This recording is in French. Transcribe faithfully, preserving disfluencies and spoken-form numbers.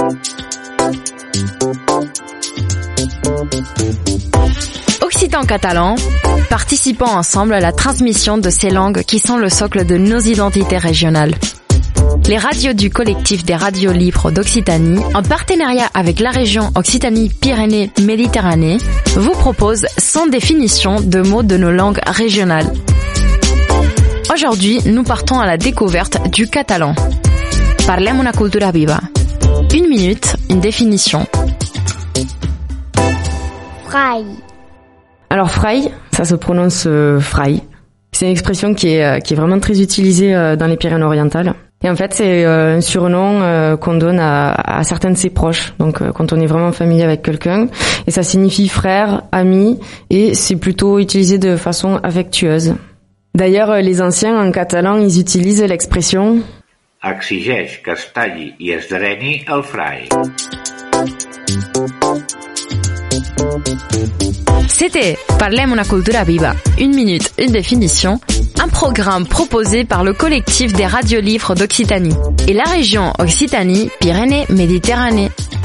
Occitan catalan, participons ensemble à la transmission de ces langues qui sont le socle de nos identités régionales. Les radios du collectif des radios libres d'Occitanie, en partenariat avec la région Occitanie-Pyrénées-Méditerranée, vous proposent cent définitions de mots de nos langues régionales. Aujourd'hui, nous partons à la découverte du catalan. Parlem una cultura viva. Une minute, une définition. Frai. Alors frai, ça se prononce euh, frai. C'est une expression qui est, qui est vraiment très utilisée euh, dans les Pyrénées-Orientales. Et en fait, c'est euh, un surnom euh, qu'on donne à, à certains de ses proches. Donc, euh, quand on est vraiment familier avec quelqu'un. Et ça signifie frère, ami, et c'est plutôt utilisé de façon affectueuse. D'ailleurs, euh, les anciens, en catalan, ils utilisent l'expression « exigeix que es talli i es dreni el frai ». C'était Parlem una cultura viva. Une minute, une définition. Un programme proposé par le collectif des radios libres d'Occitanie et la région Occitanie-Pyrénées-Méditerranée.